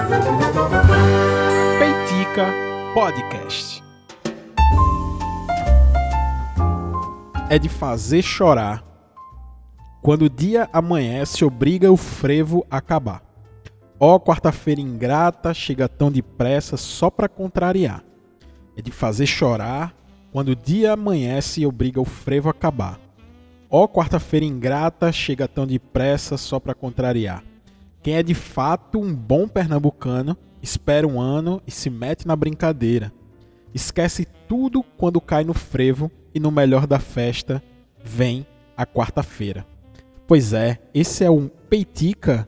Peitica Podcast. É de fazer chorar. Quando o dia amanhece, obriga o frevo a acabar. Ó, quarta-feira ingrata, chega tão depressa só pra contrariar. É de fazer chorar. Quando o dia amanhece, obriga o frevo a acabar. Ó, quarta-feira ingrata, chega tão depressa só pra contrariar. Quem é de fato um bom pernambucano, espera um ano e se mete na brincadeira. Esquece tudo quando cai no frevo e no melhor da festa vem a quarta-feira. Pois é, esse é um Peitica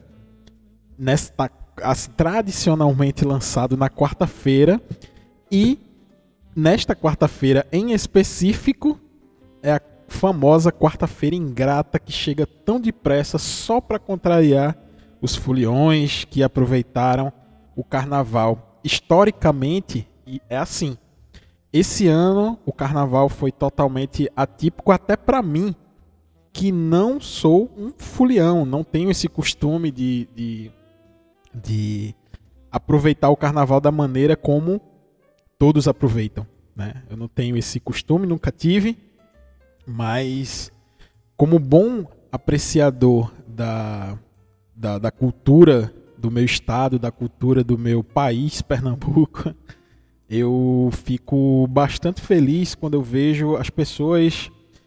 tradicionalmente lançado na quarta-feira, e nesta quarta-feira em específico é a famosa quarta-feira ingrata que chega tão depressa só para contrariar os foliões que aproveitaram o carnaval. Historicamente é assim. Esse ano o carnaval foi totalmente atípico, até para mim, que não sou um folião, não tenho esse costume de aproveitar o carnaval da maneira como todos aproveitam, né? Eu não tenho esse costume, nunca tive, mas como bom apreciador da cultura do meu estado, da cultura do meu país, Pernambuco, eu fico bastante feliz quando eu vejo as pessoas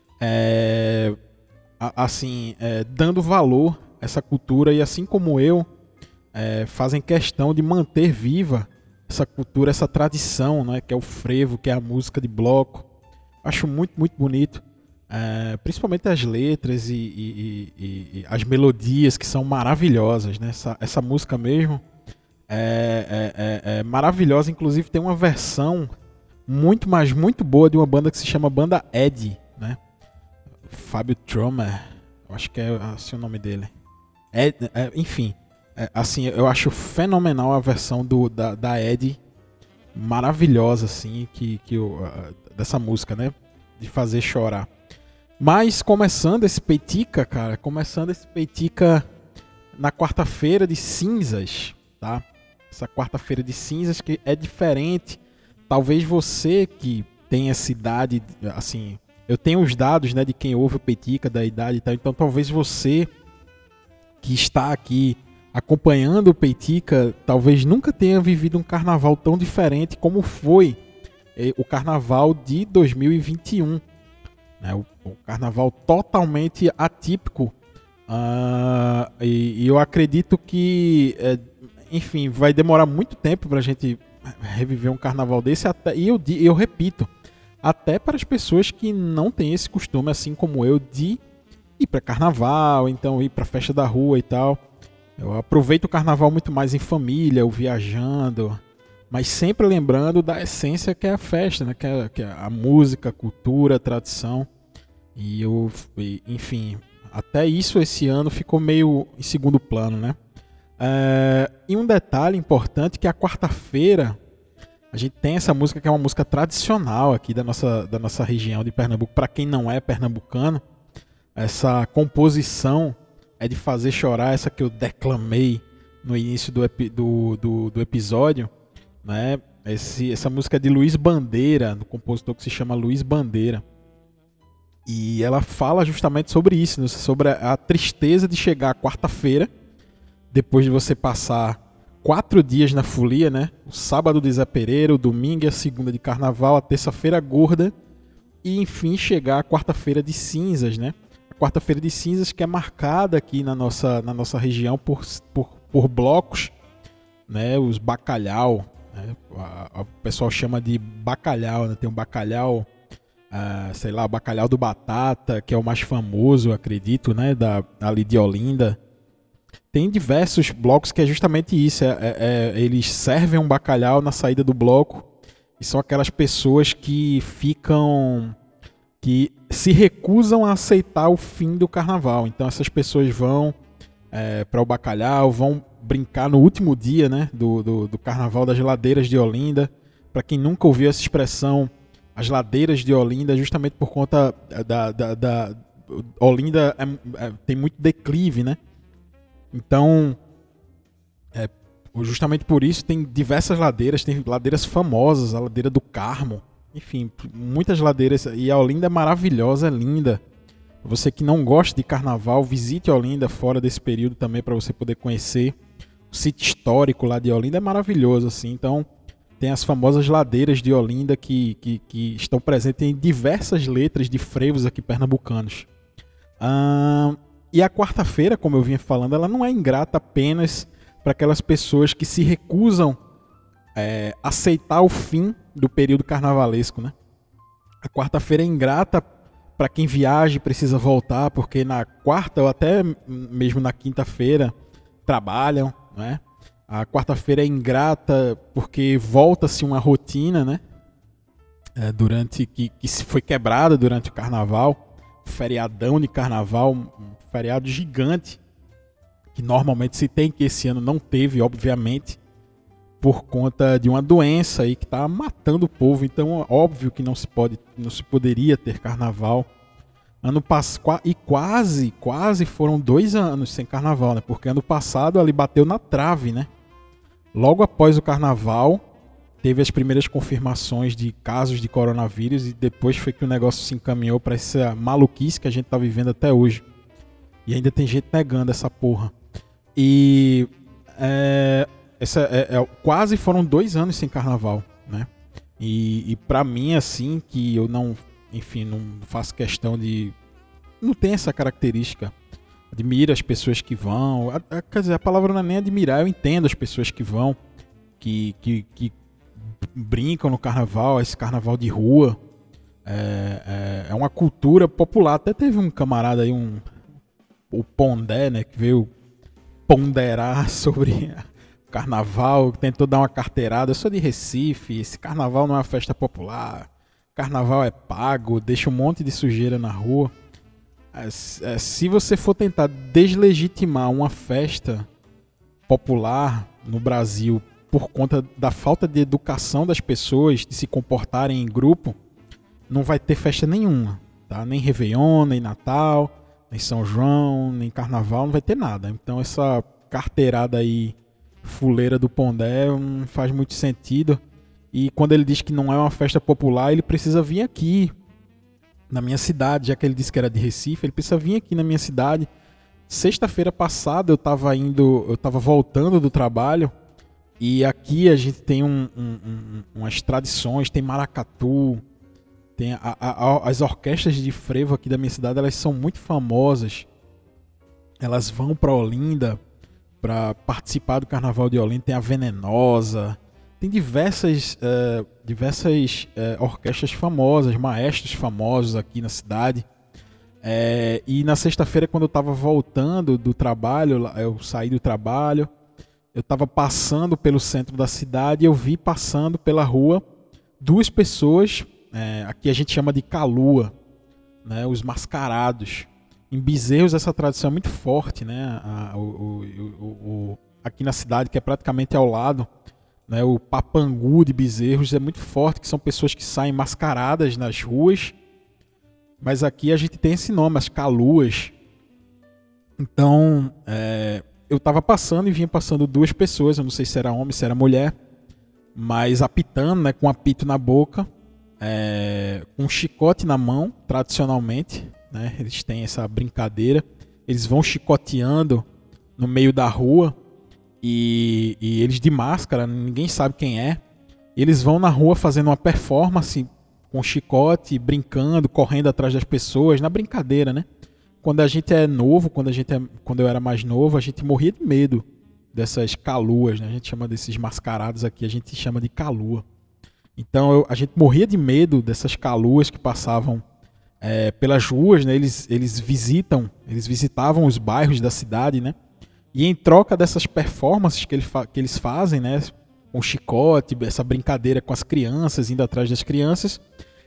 dando valor a essa cultura, e assim como eu, fazem questão de manter viva essa cultura, essa tradição, né, que é o frevo, que é a música de bloco. Acho muito, muito bonito, principalmente as letras e as melodias, que são maravilhosas, né? Essa música mesmo é maravilhosa. Inclusive tem uma versão muito, mas muito boa de uma banda que se chama Banda Ed, né? Fábio Tromer, eu acho que é assim o nome dele. Enfim, assim, eu acho fenomenal a versão da Ed, maravilhosa, assim, dessa música, né? De fazer chorar. Mas começando esse Peitica, cara, na quarta-feira de cinzas, tá? Essa quarta-feira de cinzas que é diferente. Talvez você que tem essa idade, assim, eu tenho os dados, né, de quem ouve o Peitica, da idade e tal, então talvez você que está aqui acompanhando o Peitica, talvez nunca tenha vivido um carnaval tão diferente como foi o carnaval de 2021. Né? O carnaval totalmente atípico. E eu acredito que, enfim, vai demorar muito tempo para a gente reviver um carnaval desse. E eu repito, até para as pessoas que não têm esse costume, assim como eu, de ir para carnaval, então ir para festa da rua e tal. Eu aproveito o carnaval muito mais em família, ou viajando, mas sempre lembrando da essência que é a festa, né? Que é a música, a cultura, a tradição. Enfim, até isso esse ano ficou meio em segundo plano, né? E um detalhe importante, que a quarta-feira a gente tem essa música que é uma música tradicional aqui da nossa região de Pernambuco. Para quem não é pernambucano, essa composição é de fazer chorar, essa que eu declamei no início do episódio, né? Essa música é de Luiz Bandeira, do compositor que se chama Luiz Bandeira. E ela fala justamente sobre isso, né? Sobre a tristeza de chegar à quarta-feira, depois de você passar 4 dias na folia, né? O sábado de Zé Pereira, o domingo e a segunda de carnaval, a terça-feira gorda, e enfim chegar à quarta-feira de cinzas, né? A quarta-feira de cinzas que é marcada aqui na nossa região por blocos, né? Os bacalhau, né? O pessoal chama de bacalhau, né? Tem um bacalhau, sei lá, o bacalhau do Batata, que é o mais famoso, acredito, né? Ali de Olinda. Tem diversos blocos que é justamente isso, eles servem um bacalhau na saída do bloco, e são aquelas pessoas que se recusam a aceitar o fim do carnaval. Então essas pessoas vão para o bacalhau, vão brincar no último dia, né, do carnaval das ladeiras de Olinda. Para quem nunca ouviu essa expressão, as ladeiras de Olinda, justamente por conta Olinda tem muito declive, né? Então, Justamente por isso tem diversas ladeiras, tem ladeiras famosas, a ladeira do Carmo, enfim, muitas ladeiras. E a Olinda é maravilhosa, é linda. Você que não gosta de carnaval, visite Olinda fora desse período também para você poder conhecer. O sítio histórico lá de Olinda é maravilhoso, assim. Então, tem as famosas ladeiras de Olinda que estão presentes em diversas letras de frevos aqui pernambucanos. E a quarta-feira, como eu vinha falando, ela não é ingrata apenas para aquelas pessoas que se recusam a aceitar o fim do período carnavalesco, né? A quarta-feira é ingrata para quem viaja e precisa voltar, porque na quarta ou até mesmo na quinta-feira trabalham, né? A quarta-feira é ingrata porque volta-se uma rotina, né? Que foi quebrada durante o carnaval, feriadão de carnaval, um feriado gigante, que normalmente se tem, que esse ano não teve, obviamente, por conta de uma doença aí que está matando o povo. Então é óbvio que não se poderia ter carnaval. Ano passado, e quase foram 2 anos sem carnaval, né? Porque ano passado ali bateu na trave, né? Logo após o carnaval, teve as primeiras confirmações de casos de coronavírus e depois foi que o negócio se encaminhou para essa maluquice que a gente está vivendo até hoje. E ainda tem gente negando essa porra. E quase foram 2 anos sem carnaval, né? E para mim, assim, que eu não faço questão de... Não tem essa característica. Admiro as pessoas que vão. Quer dizer, a palavra não é nem admirar, eu entendo as pessoas que vão, que brincam no carnaval, esse carnaval de rua. É uma cultura popular. Até teve um camarada aí, o Pondé, né, que veio ponderar sobre o carnaval, tentou dar uma carteirada. Eu sou de Recife, esse carnaval não é uma festa popular, carnaval é pago, deixa um monte de sujeira na rua. Se você for tentar deslegitimar uma festa popular no Brasil por conta da falta de educação das pessoas de se comportarem em grupo, não vai ter festa nenhuma, tá? Nem Réveillon, nem Natal, nem São João, nem Carnaval, não vai ter nada. Então essa carteirada aí fuleira do Pondé não faz muito sentido. E quando ele diz que não é uma festa popular, ele precisa vir aqui na minha cidade, já que ele disse que era de Recife, ele precisa vir aqui na minha cidade. Sexta-feira passada eu estava voltando do trabalho e aqui a gente tem umas tradições, tem maracatu, tem as orquestras de frevo aqui da minha cidade, elas são muito famosas. Elas vão para Olinda para participar do Carnaval de Olinda, tem a Venenosa. Tem diversas orquestras famosas, maestros famosos aqui na cidade. E na sexta-feira, quando eu estava voltando do trabalho, eu saí do trabalho, eu estava passando pelo centro da cidade e eu vi passando pela rua 2 pessoas, aqui a gente chama de calua, né, os mascarados. Em Bezerros essa tradição é muito forte, né, aqui na cidade, que é praticamente ao lado. Né, o Papangu de Bezerros é muito forte, que são pessoas que saem mascaradas nas ruas, mas aqui a gente tem esse nome, as caluas. Então, eu estava passando e vinha passando 2 pessoas, eu não sei se era homem, se era mulher, mas apitando, né, com um apito na boca, com um chicote na mão, tradicionalmente, né, eles têm essa brincadeira, eles vão chicoteando no meio da rua. E eles de máscara, ninguém sabe quem é. Eles vão na rua fazendo uma performance com chicote, brincando, correndo atrás das pessoas, na brincadeira, né? Quando a gente é novo, quando eu era mais novo, a gente morria de medo dessas caluas, né? A gente chama desses mascarados aqui, a gente chama de calua. Então a gente morria de medo dessas caluas que passavam pelas ruas, né? Eles visitavam os bairros da cidade, né? E em troca dessas performances que eles fazem, né, com chicote, essa brincadeira com as crianças, indo atrás das crianças,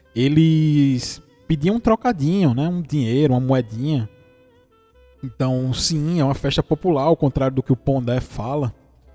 eles pediam um trocadinho, né, um dinheiro, uma moedinha. Então, sim, é uma festa popular, ao contrário do que o Pondé fala.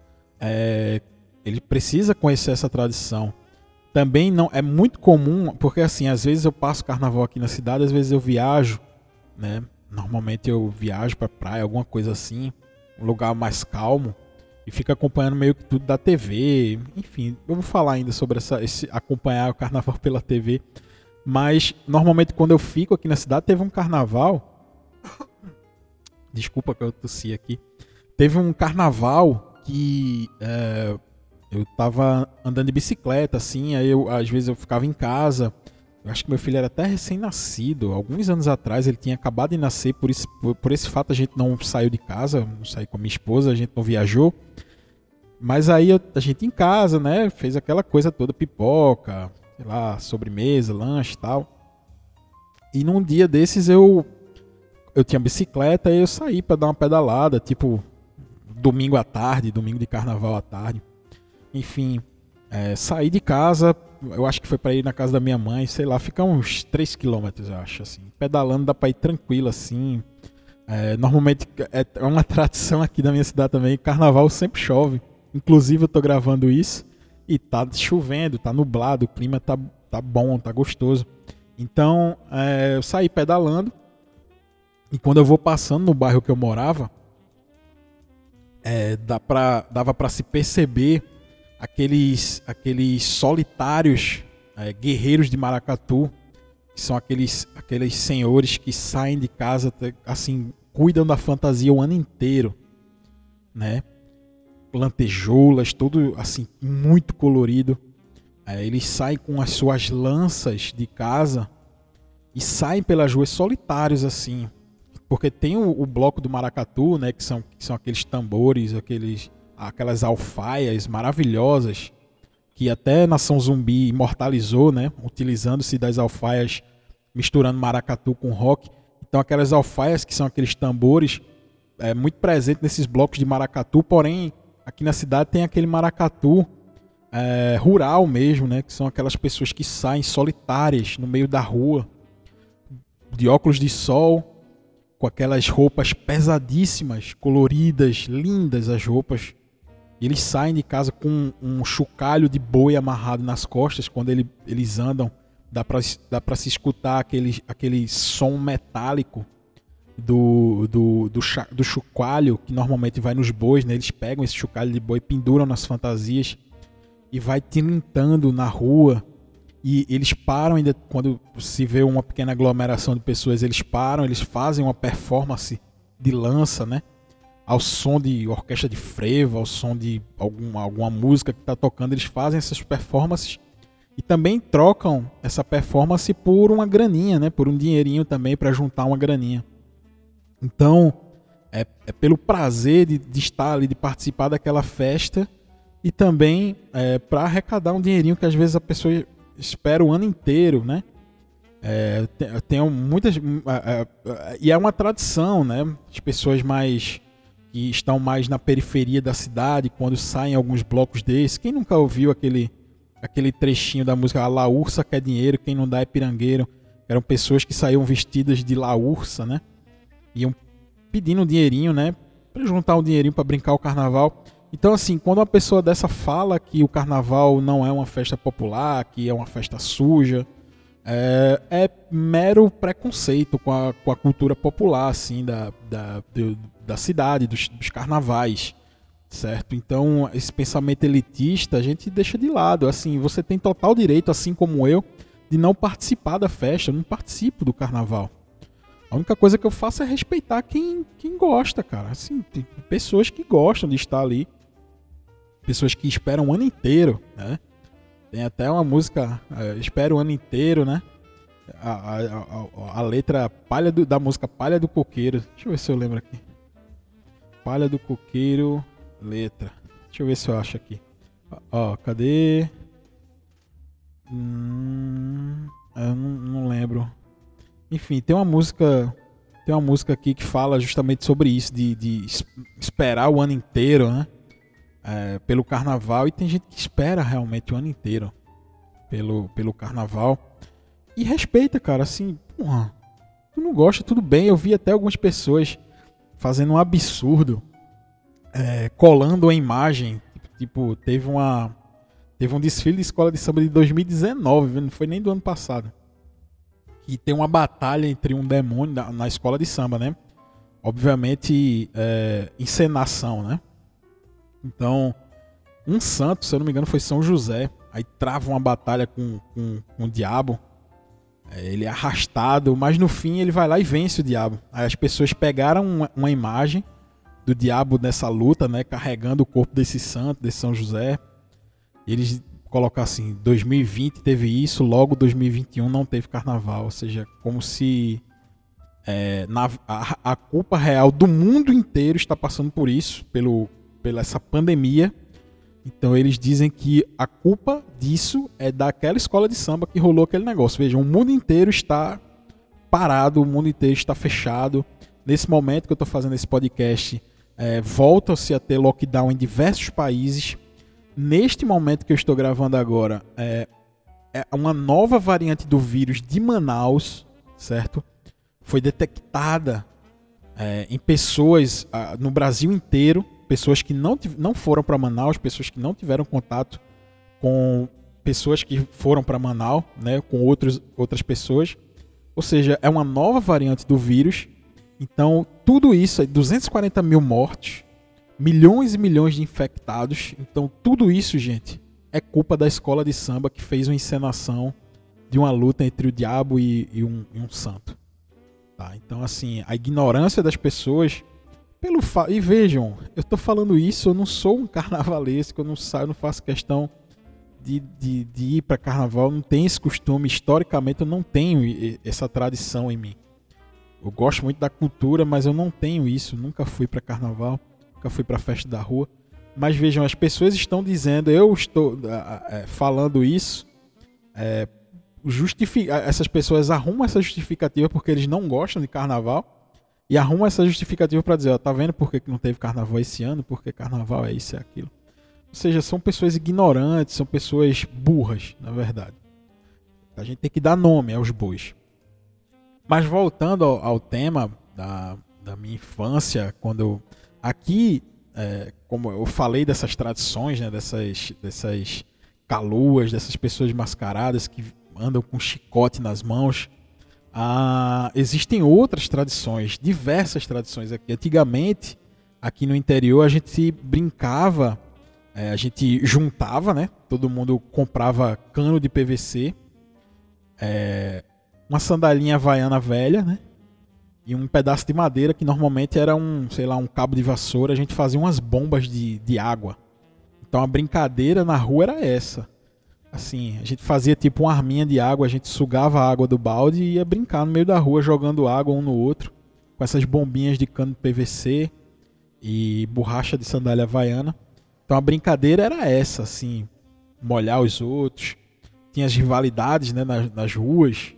Ele precisa conhecer essa tradição. Também não é muito comum, porque assim, às vezes eu passo carnaval aqui na cidade, às vezes eu viajo, né? Normalmente eu viajo para praia, alguma coisa assim, um lugar mais calmo. e fica acompanhando meio que tudo da TV. Enfim, eu vou falar ainda sobre esse acompanhar o carnaval pela TV. Mas, normalmente, quando eu fico aqui na cidade, teve um carnaval. Desculpa que eu tossi aqui. Teve um carnaval que eu tava andando de bicicleta, assim, aí às vezes eu ficava em casa. Eu acho que meu filho era até recém-nascido. Alguns anos atrás ele tinha acabado de nascer, por esse fato a gente não saiu de casa, não saí com a minha esposa, a gente não viajou. Mas aí a gente em casa, né, fez aquela coisa toda, pipoca, sei lá, sobremesa, lanche e tal. E num dia desses eu tinha bicicleta e eu saí pra dar uma pedalada, tipo domingo à tarde, domingo de carnaval à tarde. Enfim, saí de casa, eu acho que foi pra ir na casa da minha mãe, sei lá, fica uns 3 quilômetros, eu acho, assim. Pedalando dá pra ir tranquilo, assim. Normalmente é uma tradição aqui da minha cidade também, carnaval sempre chove. Inclusive eu tô gravando isso e tá chovendo, tá nublado, o clima tá bom, tá gostoso. Então, eu saí pedalando e quando eu vou passando no bairro que eu morava, dava pra se perceber aqueles solitários guerreiros de maracatu, que são aqueles senhores que saem de casa, assim, cuidam da fantasia o ano inteiro, né? Lantejoulas, tudo assim, muito colorido. Eles saem com as suas lanças de casa e saem pelas ruas solitários, assim. Porque tem o bloco do maracatu, né? Que são aqueles tambores, aquelas alfaias maravilhosas que até Nação Zumbi imortalizou, né? Utilizando-se das alfaias, misturando maracatu com rock. Então aquelas alfaias que são aqueles tambores muito presente nesses blocos de maracatu, porém aqui na cidade tem aquele maracatu rural mesmo, né? Que são aquelas pessoas que saem solitárias no meio da rua, de óculos de sol, com aquelas roupas pesadíssimas, coloridas, lindas as roupas. E eles saem de casa com um chocalho de boi amarrado nas costas. Quando eles andam, dá pra se escutar aquele som metálico do chocalho que normalmente vai nos bois, né? Eles pegam esse chocalho de boi, penduram nas fantasias e vai tilintando na rua. E eles param ainda quando se vê uma pequena aglomeração de pessoas, eles param, eles fazem uma performance de lança, né? Ao som de orquestra de frevo, ao som de alguma música que está tocando, eles fazem essas performances e também trocam essa performance por uma graninha, né? Por um dinheirinho também para juntar uma graninha. Então, é pelo prazer de estar ali, de participar daquela festa e também para arrecadar um dinheirinho que às vezes a pessoa espera o ano inteiro, né? Tem muitas... e é uma tradição, né? As pessoas que estão mais na periferia da cidade, quando saem alguns blocos desses. Quem nunca ouviu aquele trechinho da música A La Ursa quer dinheiro, quem não dá é pirangueiro? Eram pessoas que saíam vestidas de La Ursa, né? Iam pedindo um dinheirinho, né? Para juntar um dinheirinho para brincar o carnaval. Então, assim, quando uma pessoa dessa fala que o carnaval não é uma festa popular, que é uma festa suja, é mero preconceito com a cultura popular, assim, da cidade, dos carnavais, certo? Então, esse pensamento elitista a gente deixa de lado. Assim, você tem total direito, assim como eu, de não participar da festa. Eu não participo do carnaval. A única coisa que eu faço é respeitar quem gosta, cara. Assim, tem pessoas que gostam de estar ali. Pessoas que esperam o ano inteiro, né? Tem até uma música, Espera o Ano Inteiro, né? A letra da música Palha do Coqueiro. Deixa eu ver se eu lembro aqui. Palha do Coqueiro, letra. Deixa eu ver se eu acho aqui. Ó, cadê? Eu não lembro. Enfim, tem uma música aqui que fala justamente sobre isso, de esperar o ano inteiro, né? Pelo carnaval, e tem gente que espera realmente o ano inteiro pelo carnaval e respeita, cara, assim, porra, tu não gosta, tudo bem. Eu vi até algumas pessoas fazendo um absurdo, colando a imagem, tipo, teve um desfile de escola de samba de 2019, não foi nem do ano passado, e tem uma batalha entre um demônio na escola de samba, né? Obviamente, encenação, né? Então, um santo, se eu não me engano, foi São José. Aí trava uma batalha com o diabo. Ele é arrastado, mas no fim ele vai lá e vence o diabo. Aí as pessoas pegaram uma imagem do diabo nessa luta, né, carregando o corpo desse santo, desse São José. Eles colocam assim, 2020 teve isso, logo 2021 não teve carnaval. Ou seja, como se a culpa real do mundo inteiro está passando por isso, pela essa pandemia. Então eles dizem que a culpa disso é daquela escola de samba que rolou aquele negócio. Vejam, o mundo inteiro está parado, o mundo inteiro está fechado. Nesse momento que eu estou fazendo esse podcast, volta-se a ter lockdown em diversos países. Neste momento que eu estou gravando agora, é uma nova variante do vírus de Manaus, certo? Foi detectada em pessoas no Brasil inteiro. Pessoas que não foram para Manaus, pessoas que não tiveram contato com pessoas que foram para Manaus, né, com outras pessoas. Ou seja, é uma nova variante do vírus. Então, tudo isso, 240 mil mortes, milhões e milhões de infectados. Então, tudo isso, gente, é culpa da escola de samba que fez uma encenação de uma luta entre o diabo e um santo. Tá? Então, assim, a ignorância das pessoas... E vejam, eu estou falando isso, eu não sou um carnavalesco, eu não faço questão de ir para carnaval, não tenho esse costume, historicamente eu não tenho essa tradição em mim. Eu gosto muito da cultura, mas eu não tenho isso, nunca fui para carnaval, nunca fui para festa da rua. Mas vejam, as pessoas estão dizendo, eu estou falando isso, essas pessoas arrumam essa justificativa porque eles não gostam de carnaval, e arruma essa justificativa para dizer, ó, tá vendo por que não teve carnaval esse ano? Porque carnaval é isso e aquilo. Ou seja, são pessoas ignorantes, são pessoas burras, na verdade. A gente tem que dar nome aos bois. Mas voltando ao tema da minha infância, quando aqui, como eu falei dessas tradições, né, dessas caluas, dessas pessoas mascaradas que andam com chicote nas mãos, existem outras tradições, diversas tradições aqui. Antigamente, aqui no interior, a gente brincava, a gente juntava, né? Todo mundo comprava cano de PVC, uma sandalinha havaiana velha, né? E um pedaço de madeira que normalmente era um cabo de vassoura. A gente fazia umas bombas de água. Então a brincadeira na rua era essa. Assim, a gente fazia tipo uma arminha de água, a gente sugava a água do balde e ia brincar no meio da rua, jogando água um no outro, com essas bombinhas de cano de PVC e borracha de sandália havaiana. Então a brincadeira era essa, assim, molhar os outros. Tinha as rivalidades, né, nas ruas,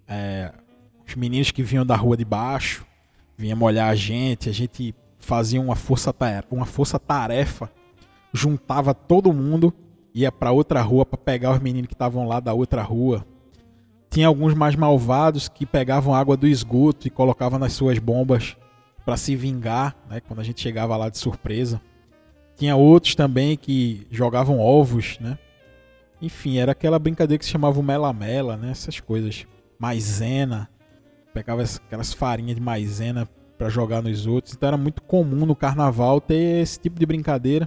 os meninos que vinham da rua de baixo, vinham molhar a gente fazia uma força-tarefa, juntava todo mundo, ia para outra rua para pegar os meninos que estavam lá da outra rua. Tinha alguns mais malvados que pegavam água do esgoto e colocavam nas suas bombas para se vingar, né, quando a gente chegava lá de surpresa. Tinha outros também que jogavam ovos, né? Enfim, era aquela brincadeira que se chamava o mela-mela, né? Essas coisas. Maisena. Pegava aquelas farinhas de maisena para jogar nos outros. Então era muito comum no carnaval ter esse tipo de brincadeira.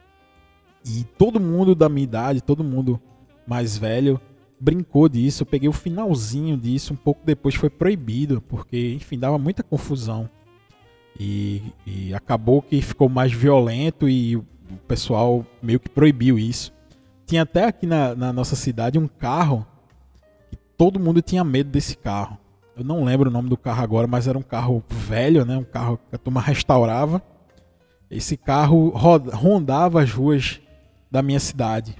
E todo mundo da minha idade, todo mundo mais velho, brincou disso. Eu peguei o finalzinho disso, um pouco depois foi proibido, porque, enfim, dava muita confusão. E acabou que ficou mais violento e o pessoal meio que proibiu isso. Tinha até aqui na nossa cidade um carro que todo mundo tinha medo desse carro. Eu não lembro o nome do carro agora, mas era um carro velho, né? Um carro que a turma restaurava. Esse carro rondava as ruas da minha cidade,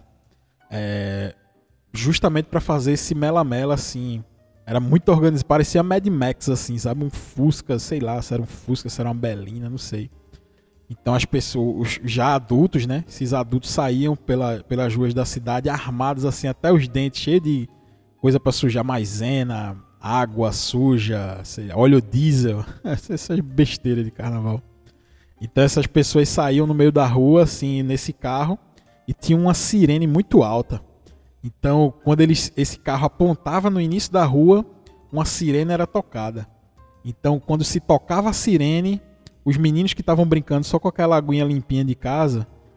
justamente para fazer esse mela-mela, assim. Era muito organizado, parecia Mad Max, assim, sabe? Um Fusca, sei lá, se era um Fusca, se era uma Belina, não sei. Então as pessoas, já adultos, né? Esses adultos saíam pelas ruas da cidade armados, assim, até os dentes, cheios de coisa para sujar maisena, água suja, sei lá, óleo diesel, essas besteiras de carnaval. Então essas pessoas saíam no meio da rua, assim, nesse carro, e tinha uma sirene muito alta. Então, quando esse carro apontava no início da rua, uma sirene era tocada. Então, quando se tocava a sirene, os meninos que estavam brincando só com aquela aguinha limpinha de casa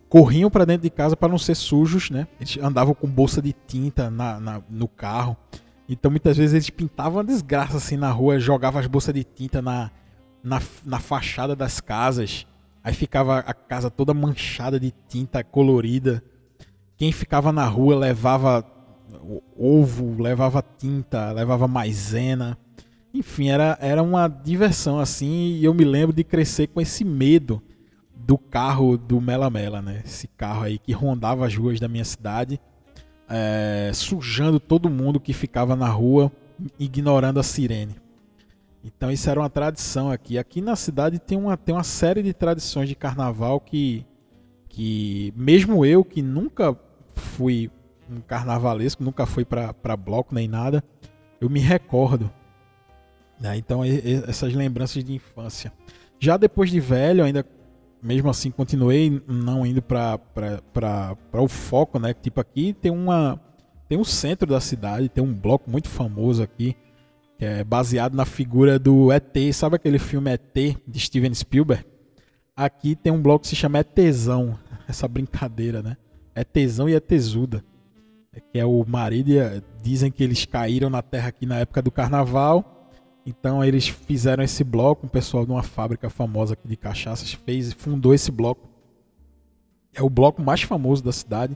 corriam para dentro de casa para não ser sujos, né? Eles andavam com bolsa de tinta no carro. Então muitas vezes eles pintavam uma desgraça assim na rua, jogavam as bolsas de tinta na fachada das casas. Aí ficava a casa toda manchada de tinta colorida. Quem ficava na rua levava ovo, levava tinta, levava maisena. Enfim, era uma diversão assim. E eu me lembro de crescer com esse medo do carro do Mela Mela, né? Esse carro aí que rondava as ruas da minha cidade, sujando todo mundo que ficava na rua, ignorando a sirene. Então isso era uma tradição aqui. Aqui na cidade tem uma série de tradições de carnaval que mesmo eu que nunca fui um carnavalesco, nunca fui para bloco nem nada, eu me recordo, né? Então essas lembranças de infância. Já depois de velho, ainda mesmo assim continuei não indo para o foco, né? Tipo, aqui tem um centro da cidade, tem um bloco muito famoso aqui, que é baseado na figura do ET. Sabe aquele filme ET de Steven Spielberg? Aqui tem um bloco que se chama ETzão, essa brincadeira, né? ETzão e ETzuda, que é o marido. Dizem que eles caíram na terra aqui na época do carnaval. Então eles fizeram esse bloco, um pessoal de uma fábrica famosa aqui de cachaças fundou esse bloco. É o bloco mais famoso da cidade.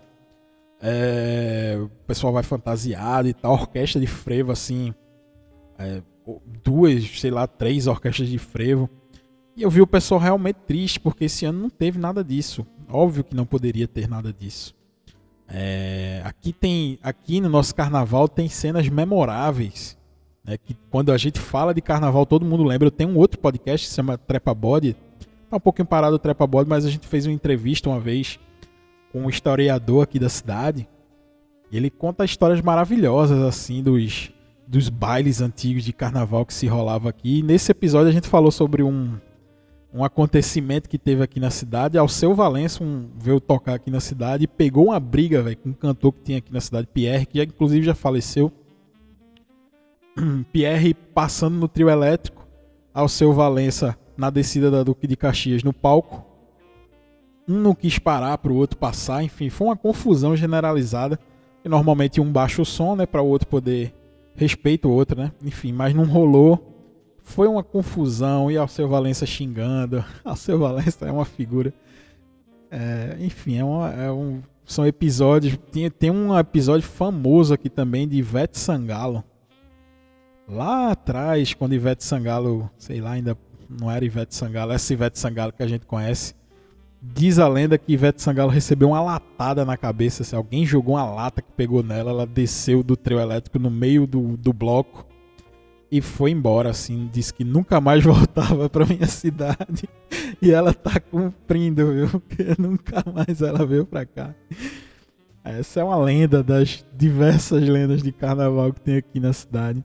O pessoal vai fantasiado e tal, orquestra de frevo assim, 3 orquestras de frevo. E eu vi o pessoal realmente triste, porque esse ano não teve nada disso. Óbvio que não poderia ter nada disso. Aqui no nosso carnaval tem cenas memoráveis, né, que quando a gente fala de carnaval todo mundo lembra. Eu tenho um outro podcast que se chama Trepa Body. Tá um pouquinho parado o Trepa Body, mas a gente fez uma entrevista uma vez com um historiador aqui da cidade. E ele conta histórias maravilhosas assim dos bailes antigos de carnaval que se rolava aqui. E nesse episódio a gente falou sobre um acontecimento que teve aqui na cidade. Alceu Valença veio tocar aqui na cidade e pegou uma briga, véio, com um cantor que tinha aqui na cidade, Pierre, que inclusive já faleceu. Pierre passando no trio elétrico, Alceu Valença na descida da Duque de Caxias no palco. Um não quis parar para o outro passar, enfim, foi uma confusão generalizada. E normalmente um baixa o som, né, para o outro poder respeito o outro, né? Enfim, mas não rolou. Foi uma confusão e Alceu Valença xingando. Alceu Valença é uma figura. Enfim, são episódios. Tem um episódio famoso aqui também de Ivete Sangalo. Lá atrás, quando Ivete Sangalo, sei lá, ainda não era Ivete Sangalo, essa Ivete Sangalo que a gente conhece. Diz a lenda que Ivete Sangalo recebeu uma latada na cabeça. Se alguém jogou uma lata que pegou nela, ela desceu do trio elétrico no meio do bloco e foi embora, assim. Disse que nunca mais voltava pra minha cidade. E ela tá cumprindo, viu? Porque nunca mais ela veio pra cá. Essa é uma lenda das diversas lendas de carnaval que tem aqui na cidade.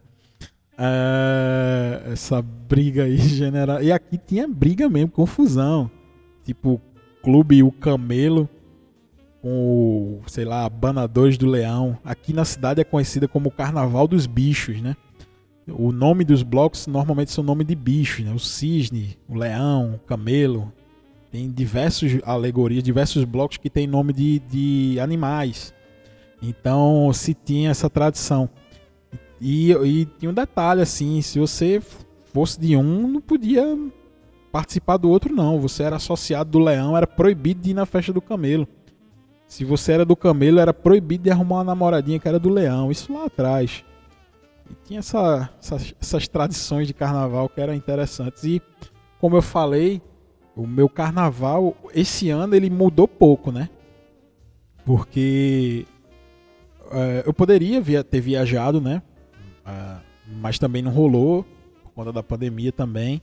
Essa briga aí general. E aqui tinha briga mesmo, confusão. Tipo, Clube O Camelo com, sei lá, Banadores do Leão. Aqui na cidade é conhecida como o Carnaval dos Bichos, né? O nome dos blocos normalmente são nome de bichos, né? O cisne, o leão, o camelo. Tem diversas alegorias, diversos blocos que tem nome de animais. Então se tinha essa tradição. E tinha um detalhe assim, se você fosse de um, não podia participar do outro não. Você era associado do leão, era proibido de ir na festa do camelo. Se você era do camelo, era proibido de arrumar uma namoradinha que era do leão. Isso lá atrás. E tinha essas tradições de carnaval que eram interessantes. E como eu falei, o meu carnaval esse ano ele mudou pouco, né? Porque eu poderia ter viajado, né? Mas também não rolou por conta da pandemia também.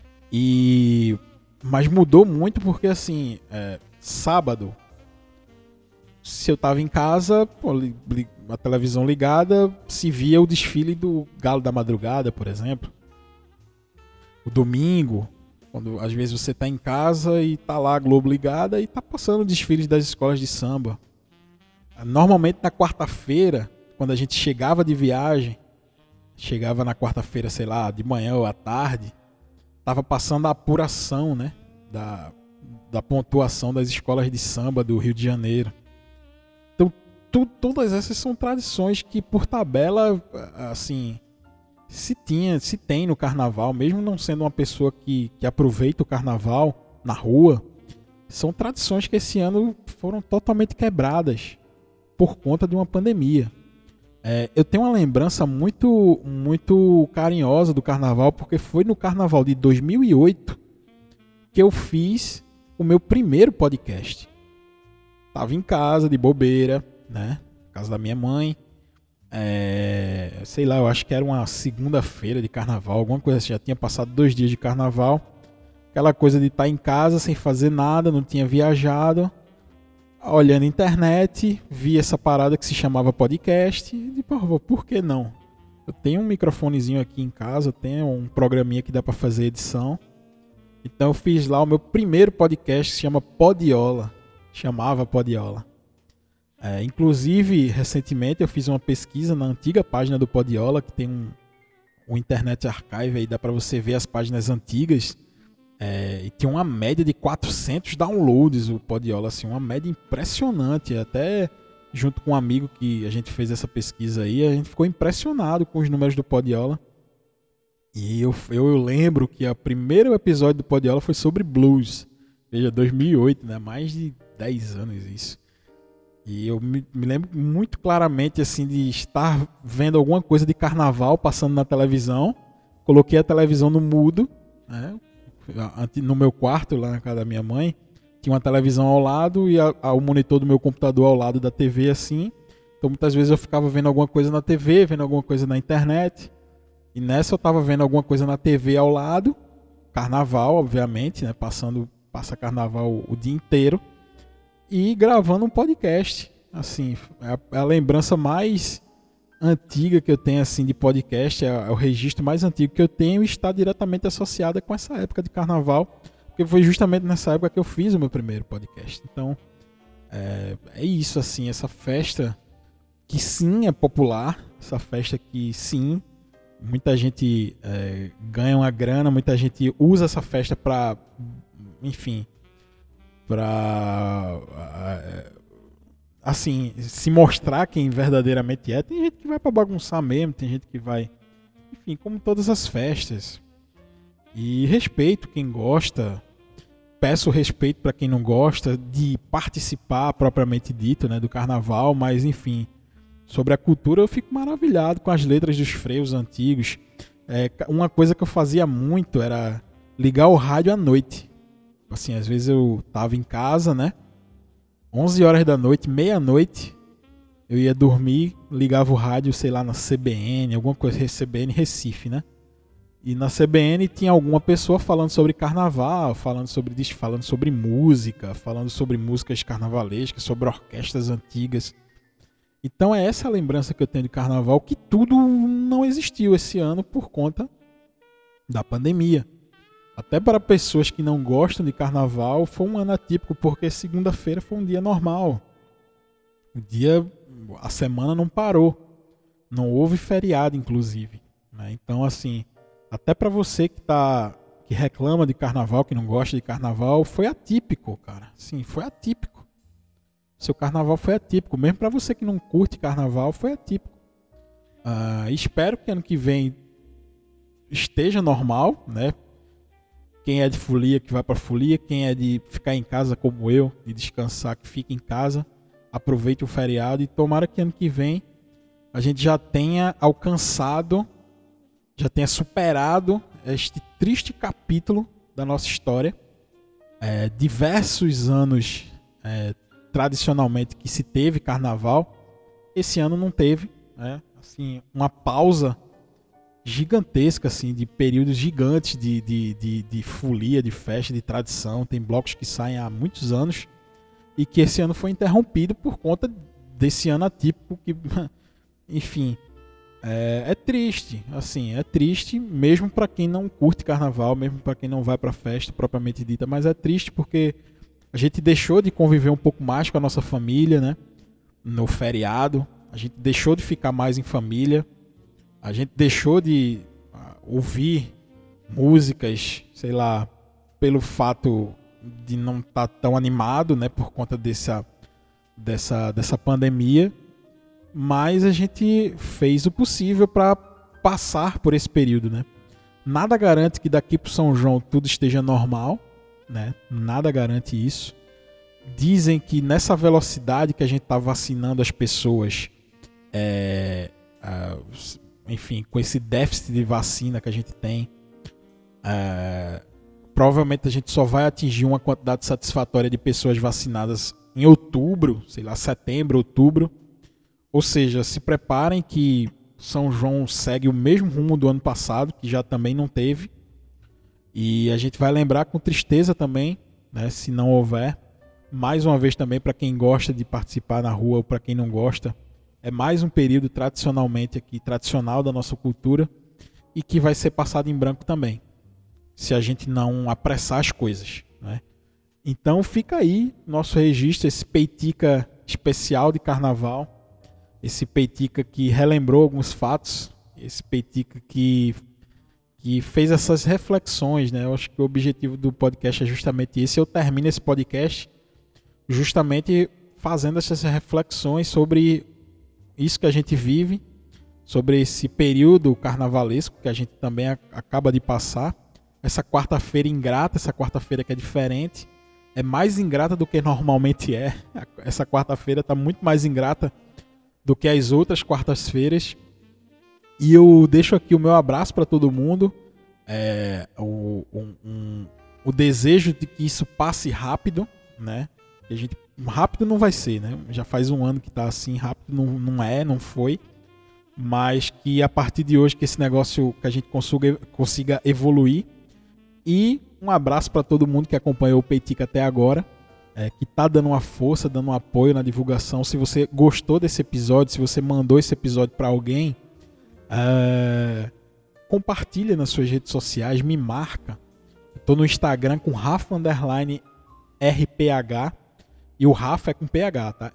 Mas mudou muito porque assim, sábado, se eu tava em casa, a televisão ligada, se via o desfile do Galo da Madrugada, por exemplo. O domingo, quando às vezes você tá em casa e tá lá a Globo ligada e tá passando desfiles das escolas de samba. Normalmente na quarta-feira, quando a gente chegava de viagem, chegava na quarta-feira, sei lá, de manhã ou à tarde, tava passando a apuração, né, da pontuação das escolas de samba do Rio de Janeiro. Então, todas essas são tradições que, por tabela, assim, se tem no carnaval, mesmo não sendo uma pessoa que aproveita o carnaval na rua, são tradições que esse ano foram totalmente quebradas por conta de uma pandemia. Eu tenho uma lembrança muito, muito carinhosa do carnaval, porque foi no carnaval de 2008 que eu fiz o meu primeiro podcast. Tava em casa, de bobeira, né? Casa da minha mãe. Sei lá, eu acho que era uma segunda-feira de carnaval, alguma coisa assim. Já tinha passado 2 dias de carnaval. Aquela coisa de estar em casa sem fazer nada, não tinha viajado. Olhando a internet, vi essa parada que se chamava podcast. E por que não? Eu tenho um microfonezinho aqui em casa, tenho um programinha que dá para fazer edição. Então eu fiz lá o meu primeiro podcast, que se chama Podiola. Chamava Podiola. Inclusive, recentemente eu fiz uma pesquisa na antiga página do Podiola, que tem um Internet Archive, aí dá para você ver as páginas antigas. E tinha uma média de 400 downloads o Podiola, assim, uma média impressionante. Até junto com um amigo que a gente fez essa pesquisa aí, a gente ficou impressionado com os números do Podiola. E eu lembro que o primeiro episódio do Podiola foi sobre blues. Veja, 2008, né? Mais de 10 anos isso. E eu me lembro muito claramente assim de estar vendo alguma coisa de carnaval passando na televisão. Coloquei a televisão no mudo, né? No meu quarto, lá na casa da minha mãe, tinha uma televisão ao lado e o monitor do meu computador ao lado da TV, assim. Então muitas vezes eu ficava vendo alguma coisa na TV, vendo alguma coisa na internet. E nessa eu estava vendo alguma coisa na TV ao lado, carnaval, obviamente, né? Passa carnaval o dia inteiro. E gravando um podcast. Assim, é a lembrança mais antiga que eu tenho assim de podcast, é o registro mais antigo que eu tenho e está diretamente associada com essa época de carnaval, porque foi justamente nessa época que eu fiz o meu primeiro podcast. Então é isso, assim, essa festa que sim é popular, essa festa que sim muita gente ganha uma grana, muita gente usa essa festa para, enfim, para assim, se mostrar quem verdadeiramente é. Tem gente que vai pra bagunçar mesmo, tem gente que vai, enfim, como todas as festas. E respeito quem gosta, peço respeito para quem não gosta de participar propriamente dito, né, do carnaval, mas enfim, sobre a cultura eu fico maravilhado com as letras dos freios antigos. Uma coisa que eu fazia muito era ligar o rádio à noite. Assim, às vezes eu tava em casa, né, 11 horas da noite, meia-noite, eu ia dormir, ligava o rádio, sei lá, na CBN, alguma coisa, CBN Recife, né? E na CBN tinha alguma pessoa falando sobre carnaval, falando sobre música, falando sobre músicas carnavalescas, sobre orquestras antigas. Então é essa a lembrança que eu tenho de carnaval, que tudo não existiu esse ano por conta da pandemia. Até para pessoas que não gostam de carnaval, foi um ano atípico, porque segunda-feira foi um dia normal. A semana não parou. Não houve feriado, inclusive, né? Então, assim, até para você que reclama de carnaval, que não gosta de carnaval, foi atípico, cara. Sim, foi atípico. Seu carnaval foi atípico. Mesmo para você que não curte carnaval, foi atípico. Espero que ano que vem esteja normal, né? Quem é de folia, que vai para folia. Quem é de ficar em casa como eu, de descansar, que fica em casa. Aproveite o feriado e tomara que ano que vem a gente já tenha alcançado, já tenha superado este triste capítulo da nossa história. Diversos anos, tradicionalmente, que se teve carnaval. Esse ano não teve, né? Assim, uma pausa gigantesca, assim, de períodos gigantes de folia, de festa, de tradição. Tem blocos que saem há muitos anos e que esse ano foi interrompido por conta desse ano atípico que, enfim, é triste, assim, é triste mesmo para quem não curte carnaval, mesmo para quem não vai para festa propriamente dita, mas é triste porque a gente deixou de conviver um pouco mais com a nossa família, né? No feriado, a gente deixou de ficar mais em família. A gente deixou de ouvir músicas, sei lá, pelo fato de não estar tão animado, né, por conta dessa pandemia, mas a gente fez o possível para passar por esse período, né? Nada garante que daqui para São João tudo esteja normal, né? Nada garante isso. Dizem que nessa velocidade que a gente está vacinando as pessoas, enfim, com esse déficit de vacina que a gente tem, provavelmente a gente só vai atingir uma quantidade satisfatória de pessoas vacinadas em outubro, sei lá, setembro, outubro. Ou seja, se preparem que São João segue o mesmo rumo do ano passado, que já também não teve. E a gente vai lembrar com tristeza também, né, se não houver. Mais uma vez também, para quem gosta de participar na rua ou para quem não gosta, é mais um período tradicional da nossa cultura e que vai ser passado em branco também, se a gente não apressar as coisas, né? Então fica aí nosso registro, esse Peitica especial de carnaval, esse Peitica que relembrou alguns fatos, esse Peitica que fez essas reflexões, né? Eu acho que o objetivo do podcast é justamente esse. Eu termino esse podcast justamente fazendo essas reflexões sobre isso que a gente vive, sobre esse período carnavalesco que a gente também acaba de passar, essa quarta-feira ingrata, essa quarta-feira que é diferente, é mais ingrata do que normalmente é. Essa quarta-feira está muito mais ingrata do que as outras quartas-feiras. E eu deixo aqui o meu abraço para todo mundo, o desejo de que isso passe rápido, né? Rápido não vai ser, né? Já faz um ano que está assim, rápido não foi. Mas que a partir de hoje que esse negócio, que a gente consiga evoluir. E um abraço para todo mundo que acompanhou o Peitica até agora, que está dando uma força, dando um apoio na divulgação. Se você gostou desse episódio, se você mandou esse episódio para alguém, compartilha nas suas redes sociais, me marca. Estou no Instagram com Rafa_RPH e o Rafa é com PH, tá?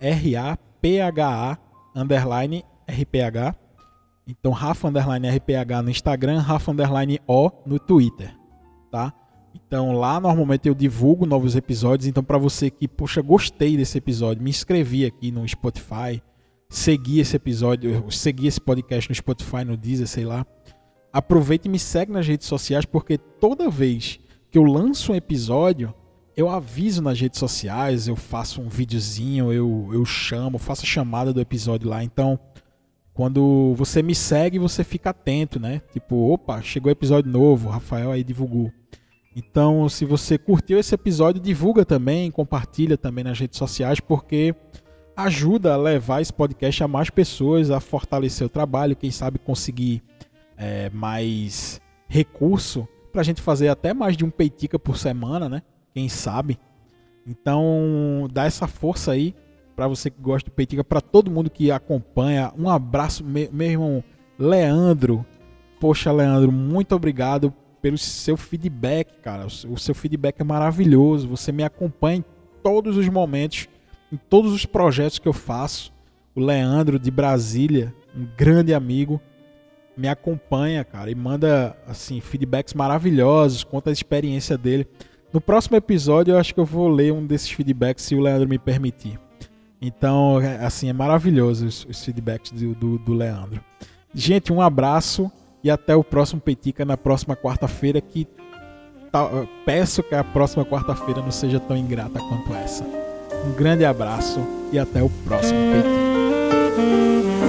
RAPHA_RPH. Então Rafa_RPH no Instagram, Rafa_O no Twitter, tá? Então lá normalmente eu divulgo novos episódios. Então para você que, poxa, gostei desse episódio, me inscrevi aqui no Spotify, segui esse episódio, segui esse podcast no Spotify, no Deezer, sei lá. Aproveita e me segue nas redes sociais, porque toda vez que eu lanço um episódio, eu aviso nas redes sociais, eu faço um videozinho, eu faço a chamada do episódio lá. Então, quando você me segue, você fica atento, né? Tipo, opa, chegou episódio novo, o Rafael aí divulgou. Então, se você curtiu esse episódio, divulga também, compartilha também nas redes sociais, porque ajuda a levar esse podcast a mais pessoas, a fortalecer o trabalho, quem sabe conseguir mais recurso para a gente fazer até mais de um Peitica por semana, né? Quem sabe? Então, dá essa força aí para você que gosta de Peitica, para todo mundo que acompanha. Um abraço, meu irmão Leandro. Poxa, Leandro, muito obrigado pelo seu feedback, cara. O seu feedback é maravilhoso. Você me acompanha em todos os momentos, em todos os projetos que eu faço. O Leandro de Brasília, um grande amigo, me acompanha, cara, e manda assim feedbacks maravilhosos, conta a experiência dele. No próximo episódio eu acho que eu vou ler um desses feedbacks, se o Leandro me permitir. Então, assim, é maravilhoso os feedbacks do Leandro. Gente, um abraço e até o próximo Peitica na próxima quarta-feira, que peço que a próxima quarta-feira não seja tão ingrata quanto essa. Um grande abraço e até o próximo Peitica.